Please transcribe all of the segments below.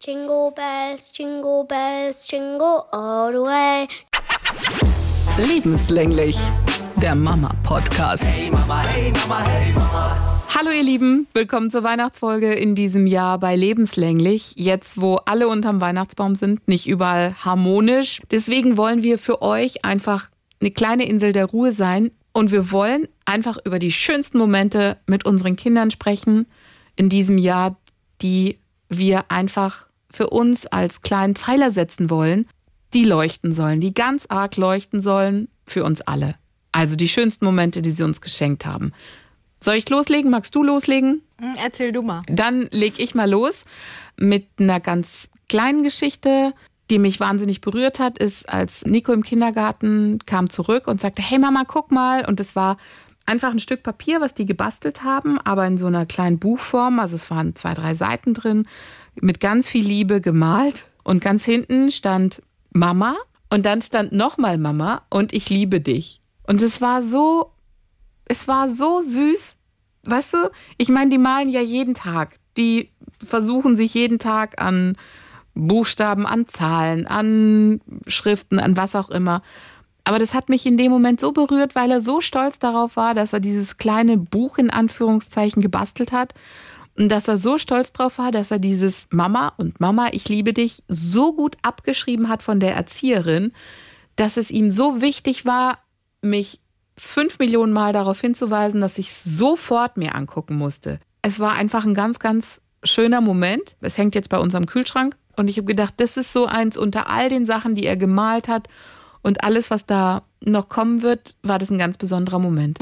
Jingle bells, jingle all the way. Lebenslänglich, der Mama-Podcast. Hey Mama, hey Mama, hey Mama. Hallo ihr Lieben, willkommen zur Weihnachtsfolge in diesem Jahr bei Lebenslänglich. Jetzt, wo alle unterm Weihnachtsbaum sind, nicht überall harmonisch. Deswegen wollen wir für euch einfach eine kleine Insel der Ruhe sein. Und wir wollen einfach über die schönsten Momente mit unseren Kindern sprechen in diesem Jahr, die wir einfach für uns als kleinen Pfeiler setzen wollen, die leuchten sollen, die ganz arg leuchten sollen für uns alle. Also die schönsten Momente, die sie uns geschenkt haben. Soll ich loslegen? Magst du loslegen? Erzähl du mal. Dann leg ich mal los mit einer ganz kleinen Geschichte, die mich wahnsinnig berührt hat, ist, als Nico im Kindergarten kam zurück und sagte, hey Mama, guck mal. Und es war einfach ein Stück Papier, was die gebastelt haben, aber in so einer kleinen Buchform. Also es waren 2, 3 Seiten drin, mit ganz viel Liebe gemalt. Und ganz hinten stand Mama und dann stand nochmal Mama und ich liebe dich. Und es war so süß. Weißt du, ich meine, die malen ja jeden Tag. Die versuchen sich jeden Tag an Buchstaben, an Zahlen, an Schriften, an was auch immer. Aber das hat mich in dem Moment so berührt, weil er so stolz darauf war, dass er dieses kleine Buch in Anführungszeichen gebastelt hat. Und dass er so stolz drauf war, dass er dieses Mama und Mama, ich liebe dich, so gut abgeschrieben hat von der Erzieherin, dass es ihm so wichtig war, mich 5 Millionen Mal darauf hinzuweisen, dass ich es sofort mir angucken musste. Es war einfach ein ganz, ganz schöner Moment. Es hängt jetzt bei uns am Kühlschrank. Und ich habe gedacht, das ist so eins unter all den Sachen, die er gemalt hat. Und alles, was da noch kommen wird, war das ein ganz besonderer Moment.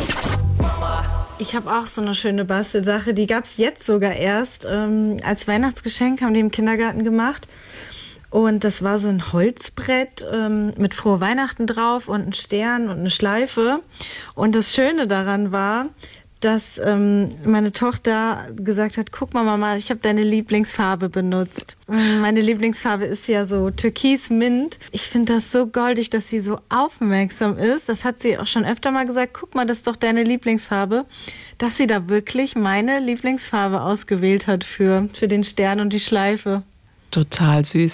Ich habe auch so eine schöne Bastelsache, die gab es jetzt sogar erst. Als Weihnachtsgeschenk haben die im Kindergarten gemacht. Und das war so ein Holzbrett mit Frohe Weihnachten drauf und ein Stern und eine Schleife. Und das Schöne daran war, dass meine Tochter gesagt hat, guck mal Mama, ich habe deine Lieblingsfarbe benutzt. Meine Lieblingsfarbe ist ja so Türkis-Mint. Ich finde das so goldig, dass sie so aufmerksam ist. Das hat sie auch schon öfter mal gesagt, guck mal, das ist doch deine Lieblingsfarbe. Dass sie da wirklich meine Lieblingsfarbe ausgewählt hat für den Stern und die Schleife. Total süß.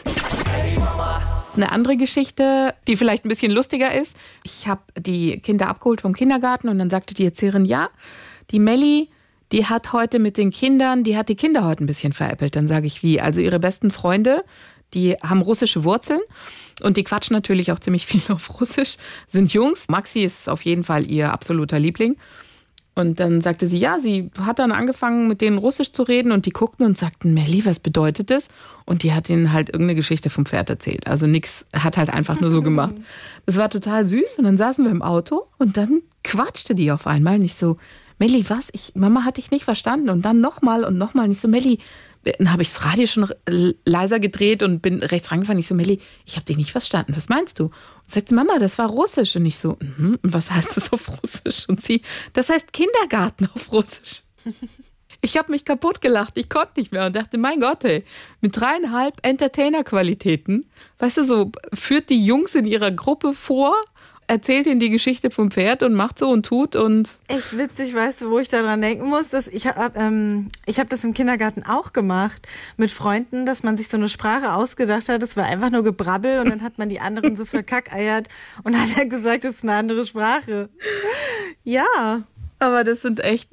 Eine andere Geschichte, die vielleicht ein bisschen lustiger ist. Ich habe die Kinder abgeholt vom Kindergarten und dann sagte die Erzieherin, ja, die Melli, die hat heute mit den Kindern, die hat die Kinder heute ein bisschen veräppelt. Dann sage ich, wie? Also ihre besten Freunde, die haben russische Wurzeln und die quatschen natürlich auch ziemlich viel auf Russisch, sind Jungs. Maxi ist auf jeden Fall ihr absoluter Liebling. Und dann sagte sie, ja, sie hat dann angefangen, mit denen Russisch zu reden und die guckten und sagten, Melli, was bedeutet das? Und die hat ihnen halt irgendeine Geschichte vom Pferd erzählt. Also nix, hat halt einfach nur so gemacht. Das war total süß und dann saßen wir im Auto und dann quatschte die auf einmal. Nicht so, Melli, was? Mama hat dich nicht verstanden. Und dann nochmal und nochmal. Nicht so, Melli, dann habe ich das Radio schon leiser gedreht und bin rechts rangefahren. Ich so, Melli, ich habe dich nicht verstanden. Was meinst du? Und sagt sie, Mama, das war Russisch. Und ich so, und was heißt das auf Russisch? Und sie, das heißt Kindergarten auf Russisch. Ich habe mich kaputt gelacht. Ich konnte nicht mehr und dachte, mein Gott, ey, mit 3,5 Entertainer-Qualitäten, weißt du, so führt die Jungs in ihrer Gruppe vor, erzählt ihnen die Geschichte vom Pferd und macht so und tut und... Echt witzig, weißt du, wo ich daran denken muss? Ich hab das im Kindergarten auch gemacht mit Freunden, dass man sich so eine Sprache ausgedacht hat. Das war einfach nur Gebrabbel und dann hat man die anderen so verkackeiert und hat er gesagt, das ist eine andere Sprache. Ja. Aber das sind echt,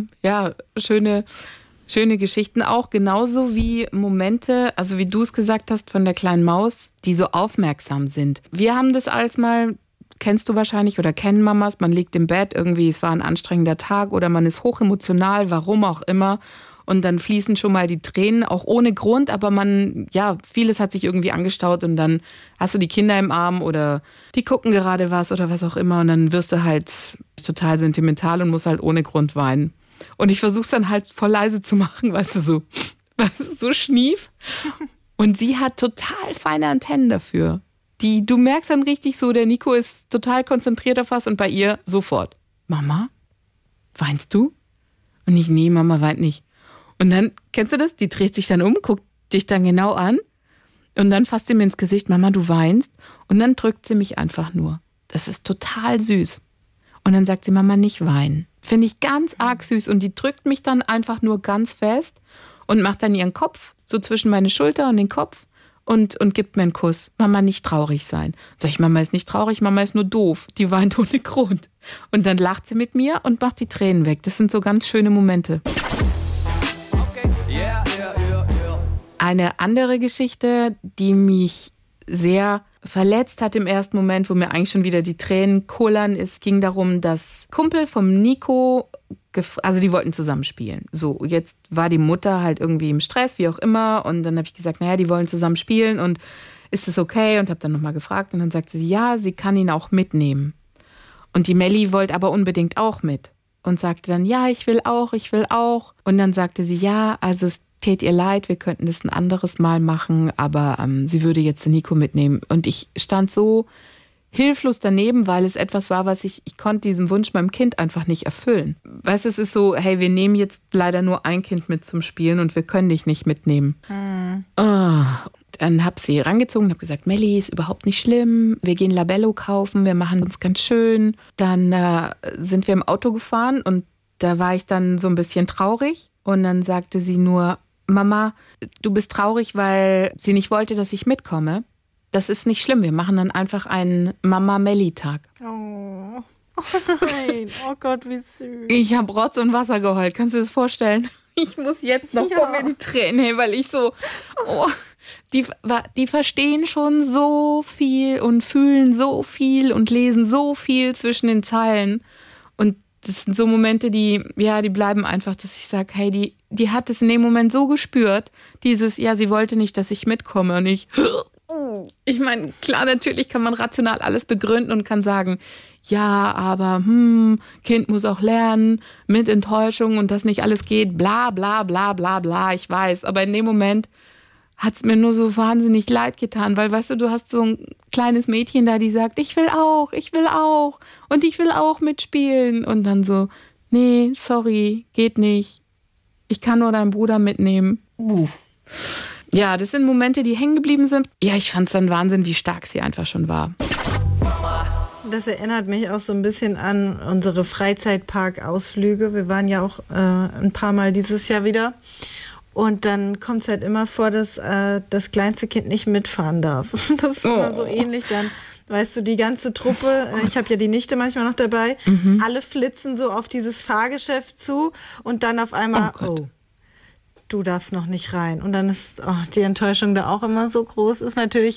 schöne Geschichten auch. Genauso wie Momente, also wie du es gesagt hast, von der kleinen Maus, die so aufmerksam sind. Wir haben das alles mal... Kennst du wahrscheinlich oder kennen Mamas, man liegt im Bett, irgendwie, es war ein anstrengender Tag oder man ist hochemotional, warum auch immer. Und dann fließen schon mal die Tränen, auch ohne Grund, aber vieles hat sich irgendwie angestaut und dann hast du die Kinder im Arm oder die gucken gerade was oder was auch immer und dann wirst du halt total sentimental und musst halt ohne Grund weinen. Und ich versuche es dann halt voll leise zu machen, weißt du, so schnief. Und sie hat total feine Antennen dafür. Du merkst dann richtig so, der Nico ist total konzentriert auf was und bei ihr sofort. Mama, weinst du? Und ich, nee, Mama weint nicht. Und dann, kennst du das? Die dreht sich dann um, guckt dich dann genau an und dann fasst sie mir ins Gesicht, Mama, du weinst. Und dann drückt sie mich einfach nur. Das ist total süß. Und dann sagt sie, Mama, nicht weinen. Finde ich ganz arg süß und die drückt mich dann einfach nur ganz fest und macht dann ihren Kopf so zwischen meine Schulter und den Kopf und gibt mir einen Kuss. Mama, nicht traurig sein. Sag ich, Mama ist nicht traurig, Mama ist nur doof. Die weint ohne Grund. Und dann lacht sie mit mir und macht die Tränen weg. Das sind so ganz schöne Momente. Eine andere Geschichte, die mich sehr verletzt hat im ersten Moment, wo mir eigentlich schon wieder die Tränen kullern, es ging darum, dass Kumpel vom Nico, also die wollten zusammen spielen. So, jetzt war die Mutter halt irgendwie im Stress, wie auch immer. Und dann habe ich gesagt, naja, die wollen zusammen spielen und ist es okay? Und habe dann nochmal gefragt und dann sagte sie, ja, sie kann ihn auch mitnehmen. Und die Melli wollte aber unbedingt auch mit und sagte dann, ja, ich will auch. Und dann sagte sie, ja, also es tät ihr leid, wir könnten das ein anderes Mal machen, aber sie würde jetzt den Nico mitnehmen. Und ich stand so hilflos daneben, weil es etwas war, was ich konnte diesen Wunsch meinem Kind einfach nicht erfüllen. Weißt du, es ist so, hey, wir nehmen jetzt leider nur ein Kind mit zum Spielen und wir können dich nicht mitnehmen. Dann habe sie rangezogen und habe gesagt, Melli, ist überhaupt nicht schlimm, wir gehen Labello kaufen, wir machen uns ganz schön. Dann sind wir im Auto gefahren und da war ich dann so ein bisschen traurig und dann sagte sie nur, Mama, du bist traurig, weil sie nicht wollte, dass ich mitkomme. Das ist nicht schlimm, wir machen dann einfach einen Mama-Melli-Tag. Oh nein, oh Gott, wie süß. Ich habe Rotz und Wasser geheult, kannst du dir das vorstellen? Ich muss jetzt noch kommen in die Tränen, weil ich so, die verstehen schon so viel und fühlen so viel und lesen so viel zwischen den Zeilen. Und das sind so Momente, die bleiben einfach, dass ich sage, hey, die hat es in dem Moment so gespürt, dieses, ja, sie wollte nicht, dass ich mitkomme und ich meine, klar, natürlich kann man rational alles begründen und kann sagen, ja, aber Kind muss auch lernen mit Enttäuschung und dass nicht alles geht, bla bla bla bla bla, ich weiß. Aber in dem Moment hat es mir nur so wahnsinnig leid getan, weil, weißt du hast so ein kleines Mädchen da, die sagt, ich will auch und ich will auch mitspielen. Und dann so, nee, sorry, geht nicht. Ich kann nur deinen Bruder mitnehmen. Ja, das sind Momente, die hängen geblieben sind. Ja, ich fand es dann Wahnsinn, wie stark sie einfach schon war. Das erinnert mich auch so ein bisschen an unsere Freizeitpark-Ausflüge. Wir waren ja auch ein paar Mal dieses Jahr wieder. Und dann kommt es halt immer vor, dass das kleinste Kind nicht mitfahren darf. Das ist immer so ähnlich dann. Weißt du, die ganze Truppe, ich habe ja die Nichte manchmal noch dabei, alle flitzen so auf dieses Fahrgeschäft zu und dann auf einmal, du darfst noch nicht rein. Und dann ist die Enttäuschung da auch immer so groß. Ist natürlich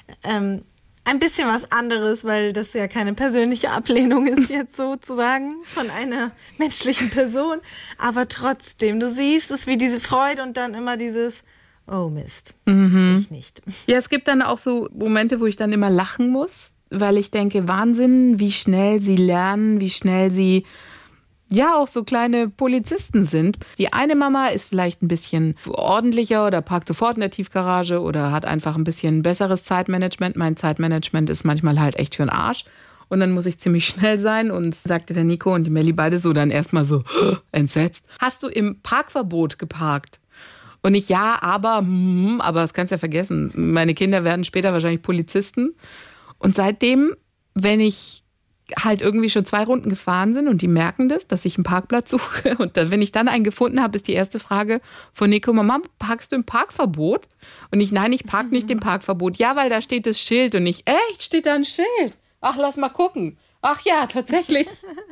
ein bisschen was anderes, weil das ja keine persönliche Ablehnung ist jetzt sozusagen von einer menschlichen Person. Aber trotzdem, du siehst es wie diese Freude und dann immer dieses, oh Mist, ich nicht. Ja, es gibt dann auch so Momente, wo ich dann immer lachen muss, weil ich denke, Wahnsinn, wie schnell sie lernen, wie schnell sie ja auch so kleine Polizisten sind. Die eine Mama ist vielleicht ein bisschen ordentlicher oder parkt sofort in der Tiefgarage oder hat einfach ein bisschen besseres Zeitmanagement. Mein Zeitmanagement ist manchmal halt echt für den Arsch. Und dann muss ich ziemlich schnell sein und sagte der Nico und die Melli beide so dann erstmal so entsetzt. Hast du im Parkverbot geparkt? Und ich, ja, aber das kannst du ja vergessen. Meine Kinder werden später wahrscheinlich Polizisten. Und seitdem, wenn ich halt irgendwie schon 2 Runden gefahren sind und die merken das, dass ich einen Parkplatz suche und dann, wenn ich dann einen gefunden habe, ist die erste Frage von Nico, Mama, parkst du im Parkverbot? Und ich, nein, ich park nicht im Parkverbot. Ja, weil da steht das Schild und ich, echt, steht da ein Schild? Ach, lass mal gucken. Ach ja, tatsächlich.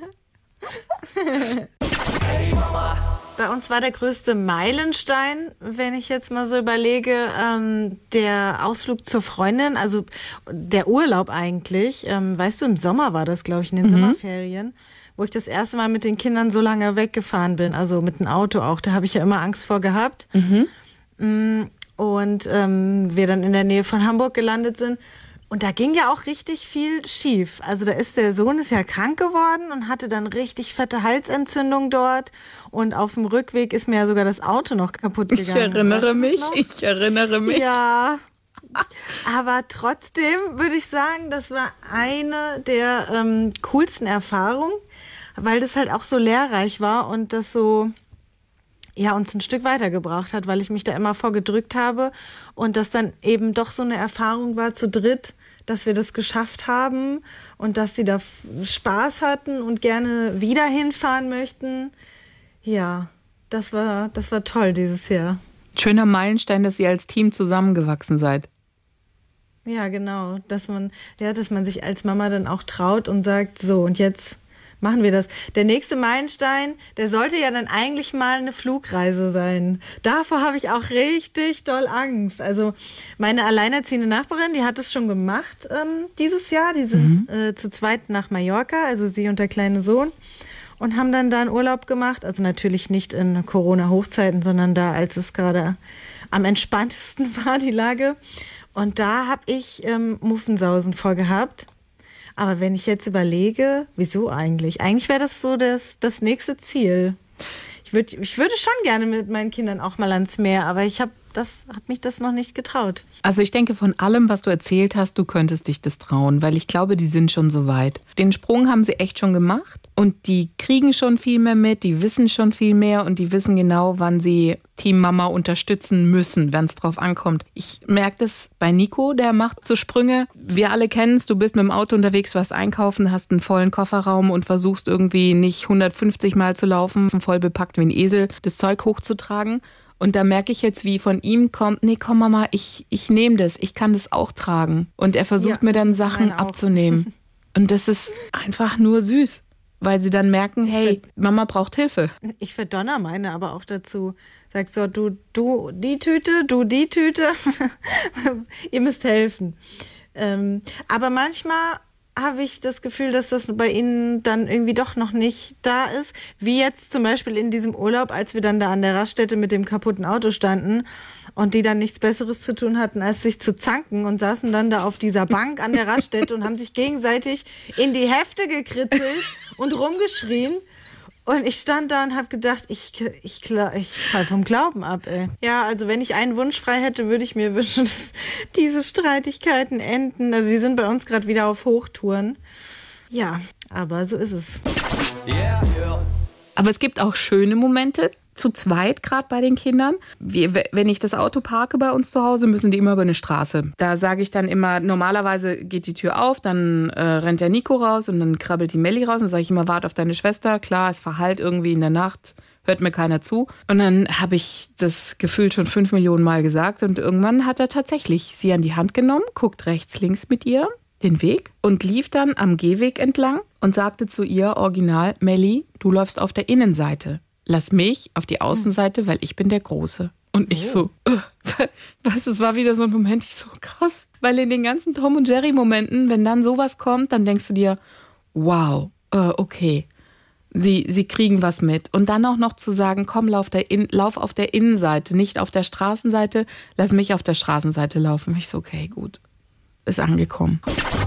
Hey Mama. Bei uns war der größte Meilenstein, wenn ich jetzt mal so überlege, der Ausflug zur Freundin, also der Urlaub eigentlich. Weißt du, im Sommer war das, glaube ich, in den Sommerferien, wo ich das erste Mal mit den Kindern so lange weggefahren bin, also mit dem Auto auch. Da habe ich ja immer Angst vor gehabt. Und wir dann in der Nähe von Hamburg gelandet sind. Und da ging ja auch richtig viel schief. Also der Sohn ist ja krank geworden und hatte dann richtig fette Halsentzündung dort. Und auf dem Rückweg ist mir ja sogar das Auto noch kaputt gegangen. Ich erinnere mich. Ja, aber trotzdem würde ich sagen, das war eine der coolsten Erfahrungen, weil das halt auch so lehrreich war und das so uns ein Stück weitergebracht hat, weil ich mich da immer vorgedrückt habe und das dann eben doch so eine Erfahrung war zu dritt, dass wir das geschafft haben und dass sie da Spaß hatten und gerne wieder hinfahren möchten. Ja, das war toll dieses Jahr. Schöner Meilenstein, dass ihr als Team zusammengewachsen seid. Ja, genau, dass man sich als Mama dann auch traut und sagt, so und jetzt machen wir das. Der nächste Meilenstein, der sollte ja dann eigentlich mal eine Flugreise sein. Davor habe ich auch richtig doll Angst. Also meine alleinerziehende Nachbarin, die hat es schon gemacht dieses Jahr. Die sind zu zweit nach Mallorca, also sie und der kleine Sohn, und haben dann da einen Urlaub gemacht. Also natürlich nicht in Corona-Hochzeiten, sondern da, als es gerade am entspanntesten war, die Lage. Und da habe ich Muffensausen vorgehabt. Aber wenn ich jetzt überlege, wieso eigentlich? Eigentlich wäre das so das nächste Ziel. Ich würde schon gerne mit meinen Kindern auch mal ans Meer, aber hat mich das noch nicht getraut. Also ich denke, von allem, was du erzählt hast, du könntest dich das trauen, weil ich glaube, die sind schon so weit. Den Sprung haben sie echt schon gemacht und die kriegen schon viel mehr mit, die wissen schon viel mehr und die wissen genau, wann sie Team Mama unterstützen müssen, wenn es drauf ankommt. Ich merke das bei Nico, der macht so Sprünge. Wir alle kennen es, du bist mit dem Auto unterwegs, warst einkaufen, hast einen vollen Kofferraum und versuchst irgendwie nicht 150 Mal zu laufen, voll bepackt wie ein Esel, das Zeug hochzutragen. Und da merke ich jetzt, wie von ihm kommt, nee, komm Mama, ich nehme das, ich kann das auch tragen. Und er versucht mir dann Sachen abzunehmen. Und das ist einfach nur süß, weil sie dann merken, hey, Mama braucht Hilfe. Ich verdonner meine aber auch dazu. Sag so, du die Tüte, du die Tüte, ihr müsst helfen. Aber manchmal habe ich das Gefühl, dass das bei ihnen dann irgendwie doch noch nicht da ist. Wie jetzt zum Beispiel in diesem Urlaub, als wir dann da an der Raststätte mit dem kaputten Auto standen und die dann nichts Besseres zu tun hatten, als sich zu zanken und saßen dann da auf dieser Bank an der Raststätte und haben sich gegenseitig in die Hefte gekritzelt und rumgeschrien. Und ich stand da und habe gedacht, ich fall vom Glauben ab, ey. Ja, also wenn ich einen Wunsch frei hätte, würde ich mir wünschen, dass diese Streitigkeiten enden. Also die sind bei uns gerade wieder auf Hochtouren. Ja, aber so ist es. Yeah. Aber es gibt auch schöne Momente, zu zweit gerade bei den Kindern. Wenn ich das Auto parke bei uns zu Hause, müssen die immer über eine Straße. Da sage ich dann immer, normalerweise geht die Tür auf, dann rennt der Nico raus und dann krabbelt die Melli raus. Und dann sage ich immer, warte auf deine Schwester. Klar, es verhallt irgendwie in der Nacht, hört mir keiner zu. Und dann habe ich das Gefühl schon 5 Millionen Mal gesagt. Und irgendwann hat er tatsächlich sie an die Hand genommen, guckt rechts, links mit ihr den Weg und lief dann am Gehweg entlang und sagte zu ihr original, Melli, du läufst auf der Innenseite. Lass mich auf die Außenseite, weil ich bin der Große. Und ich so, weißt du, es war wieder so ein Moment, ich so krass. Weil in den ganzen Tom und Jerry Momenten, wenn dann sowas kommt, dann denkst du dir, wow, okay, sie kriegen was mit. Und dann auch noch zu sagen, komm, lauf auf der Innenseite, nicht auf der Straßenseite, lass mich auf der Straßenseite laufen. Ich so, okay, gut, ist angekommen.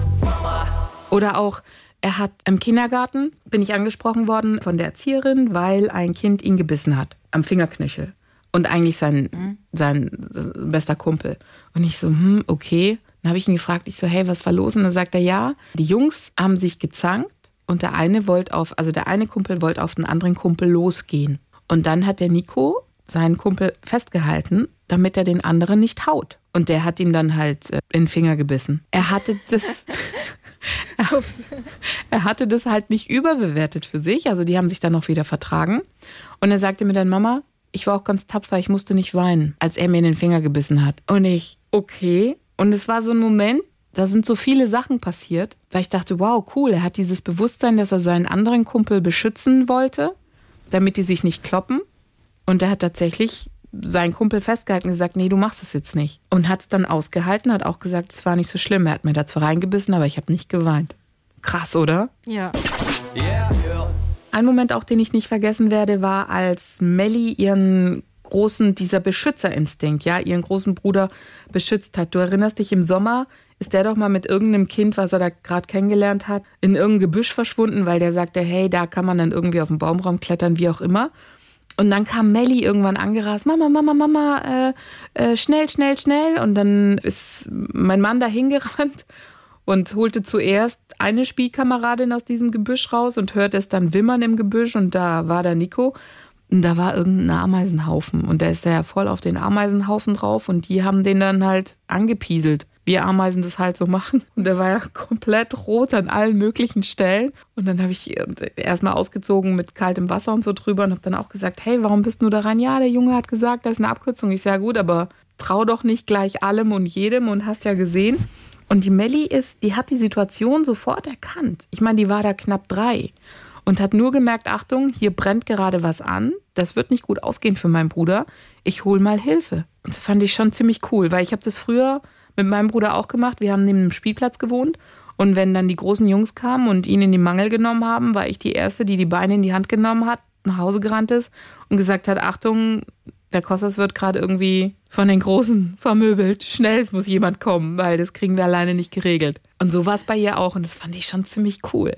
Oder auch, er hat im Kindergarten, bin ich angesprochen worden von der Erzieherin, weil ein Kind ihn gebissen hat, am Fingerknöchel. Und eigentlich sein bester Kumpel. Und ich so, okay. Dann habe ich ihn gefragt, ich so, hey, was war los? Und dann sagt er, ja, die Jungs haben sich gezankt und der eine Kumpel wollte auf den anderen Kumpel losgehen. Und dann hat der Nico seinen Kumpel festgehalten, damit er den anderen nicht haut. Und der hat ihm dann halt in den Finger gebissen. Er hatte das halt nicht überbewertet für sich. Also die haben sich dann auch wieder vertragen. Und er sagte mir dann, Mama, ich war auch ganz tapfer, ich musste nicht weinen, als er mir in den Finger gebissen hat. Und ich, okay. Und es war so ein Moment, da sind so viele Sachen passiert, weil ich dachte, wow, cool, er hat dieses Bewusstsein, dass er seinen anderen Kumpel beschützen wollte, damit die sich nicht kloppen. Und er hat tatsächlich seinen Kumpel festgehalten und gesagt, nee, du machst es jetzt nicht. Und hat es dann ausgehalten, hat auch gesagt, es war nicht so schlimm. Er hat mir da zwar reingebissen, aber ich habe nicht geweint. Krass, oder? Ja. Ein Moment auch, den ich nicht vergessen werde, war, als Melli ihren dieser Beschützerinstinkt, ja, ihren großen Bruder beschützt hat. Du erinnerst dich, im Sommer ist der doch mal mit irgendeinem Kind, was er da gerade kennengelernt hat, in irgendein Gebüsch verschwunden, weil der sagte, hey, da kann man dann irgendwie auf den Baumraum klettern, wie auch immer. Und dann kam Melli irgendwann angerast, Mama, schnell. Und dann ist mein Mann da hingerannt und holte zuerst eine Spielkameradin aus diesem Gebüsch raus und hörte es dann wimmern im Gebüsch. Und da war der Nico und da war irgendein Ameisenhaufen. Und da ist er ja voll auf den Ameisenhaufen drauf und die haben den dann halt angepieselt. wie Ameisen das halt so machen. Und der war ja komplett rot an allen möglichen Stellen. Und dann habe ich erstmal ausgezogen mit kaltem Wasser und so drüber und habe dann auch gesagt, hey, warum bist du da rein? Ja, der Junge hat gesagt, da ist eine Abkürzung. Ich sage, gut, aber trau doch nicht gleich allem und jedem und hast ja gesehen. Und die Melli die hat die Situation sofort erkannt. Ich meine, die war da knapp 3 und hat nur gemerkt, Achtung, hier brennt gerade was an. Das wird nicht gut ausgehen für meinen Bruder. Ich hole mal Hilfe. Das fand ich schon ziemlich cool, weil ich habe das früher mit meinem Bruder auch gemacht. Wir haben neben einem Spielplatz gewohnt. Und wenn dann die großen Jungs kamen und ihn in die Mangel genommen haben, war ich die Erste, die Beine in die Hand genommen hat, nach Hause gerannt ist und gesagt hat, Achtung, der Kostas wird gerade irgendwie von den Großen vermöbelt. Schnell, es muss jemand kommen, weil das kriegen wir alleine nicht geregelt. Und so war es bei ihr auch und das fand ich schon ziemlich cool.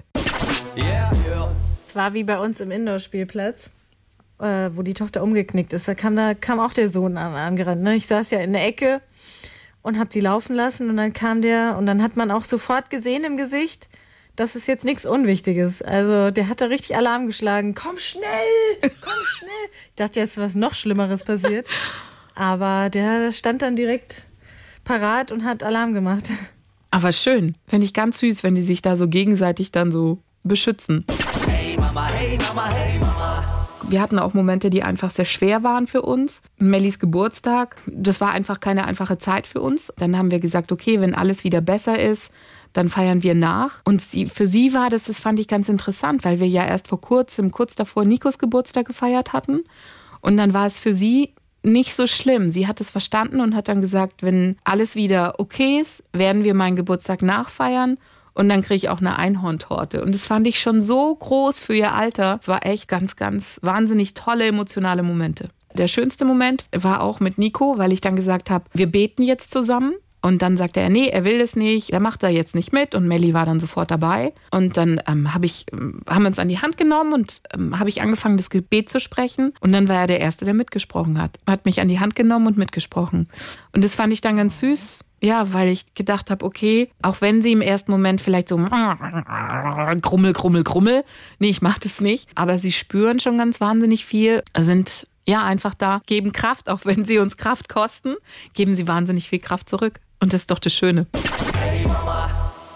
Es war wie bei uns im Indoor-Spielplatz, wo die Tochter umgeknickt ist. Da kam auch der Sohn angerannt. Ne? Ich saß ja in der Ecke und hab die laufen lassen und dann kam der und dann hat man auch sofort gesehen im Gesicht, das ist jetzt nichts Unwichtiges. Also der hat da richtig Alarm geschlagen. Komm schnell, komm schnell. Ich dachte, jetzt ist was noch Schlimmeres passiert. Aber der stand dann direkt parat und hat Alarm gemacht. Aber schön. Finde ich ganz süß, wenn die sich da so gegenseitig dann so beschützen. Hey Mama, hey Mama, hey Mama. Wir hatten auch Momente, die einfach sehr schwer waren für uns. Mellis Geburtstag, das war einfach keine einfache Zeit für uns. Dann haben wir gesagt, okay, wenn alles wieder besser ist, dann feiern wir nach. Und für sie war das fand ich ganz interessant, weil wir ja erst vor kurzem, kurz davor Nikos Geburtstag gefeiert hatten. Und dann war es für sie nicht so schlimm. Sie hat es verstanden und hat dann gesagt, wenn alles wieder okay ist, werden wir meinen Geburtstag nachfeiern. Und dann kriege ich auch eine Einhorntorte. Und das fand ich schon so groß für ihr Alter. Es war echt ganz, ganz wahnsinnig tolle emotionale Momente. Der schönste Moment war auch mit Nico, weil ich dann gesagt habe, wir beten jetzt zusammen. Und dann sagte er, nee, er will es nicht, er macht da jetzt nicht mit. Und Melli war dann sofort dabei. Und dann haben wir uns an die Hand genommen und habe ich angefangen, das Gebet zu sprechen. Und dann war er der Erste, der mitgesprochen hat. Er hat mich an die Hand genommen und mitgesprochen. Und das fand ich dann ganz süß. Ja, weil ich gedacht habe, okay, auch wenn sie im ersten Moment vielleicht so Grummel, Grummel, Grummel, nee, ich mach das nicht, aber sie spüren schon ganz wahnsinnig viel, sind ja einfach da, geben Kraft, auch wenn sie uns Kraft kosten, geben sie wahnsinnig viel Kraft zurück. Und das ist doch das Schöne. Hey Mama.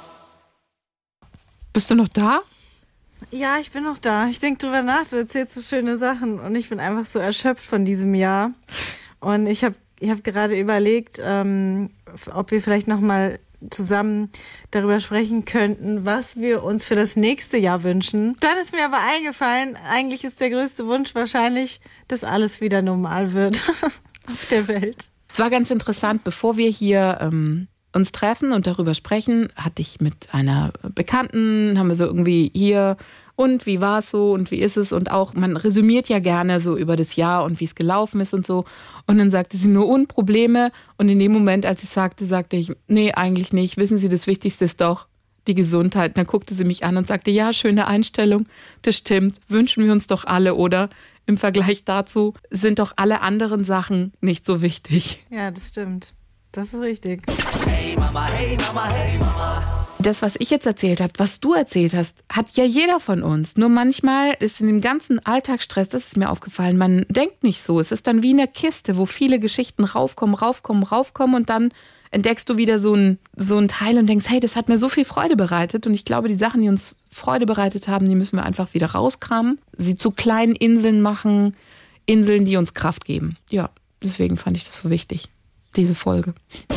Bist du noch da? Ja, ich bin noch da. Ich denke drüber nach, du erzählst so schöne Sachen und ich bin einfach so erschöpft von diesem Jahr. Und ich habe gerade überlegt, ob wir vielleicht nochmal zusammen darüber sprechen könnten, was wir uns für das nächste Jahr wünschen. Dann ist mir aber eingefallen, eigentlich ist der größte Wunsch wahrscheinlich, dass alles wieder normal wird auf der Welt. Es war ganz interessant, bevor wir hier uns treffen und darüber sprechen, hatte ich mit einer Bekannten, haben wir so irgendwie hier, und wie war es so und wie ist es? Und auch, man resümiert ja gerne so über das Jahr und wie es gelaufen ist und so. Und dann sagte sie nur Probleme. Und in dem Moment, als ich sagte ich, nee, eigentlich nicht. Wissen Sie, das Wichtigste ist doch die Gesundheit. Und dann guckte sie mich an und sagte, ja, schöne Einstellung, das stimmt. Wünschen wir uns doch alle, oder? Im Vergleich dazu sind doch alle anderen Sachen nicht so wichtig. Ja, das stimmt. Das ist richtig. Hey Mama, hey Mama, hey Mama. Das, was ich jetzt erzählt habe, was du erzählt hast, hat ja jeder von uns. Nur manchmal ist in dem ganzen Alltagsstress, das ist mir aufgefallen, man denkt nicht so. Es ist dann wie eine Kiste, wo viele Geschichten raufkommen und dann entdeckst du wieder so ein Teil und denkst, hey, das hat mir so viel Freude bereitet. Und ich glaube, die Sachen, die uns Freude bereitet haben, die müssen wir einfach wieder rauskramen. Sie zu kleinen Inseln machen, Inseln, die uns Kraft geben. Ja, deswegen fand ich das so wichtig, diese Folge.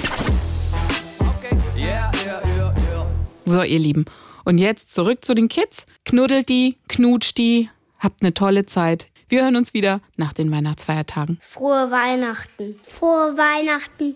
Okay. Yeah. So, ihr Lieben. Und jetzt zurück zu den Kids. Knuddelt die, knutscht die, habt eine tolle Zeit. Wir hören uns wieder nach den Weihnachtsfeiertagen. Frohe Weihnachten. Frohe Weihnachten.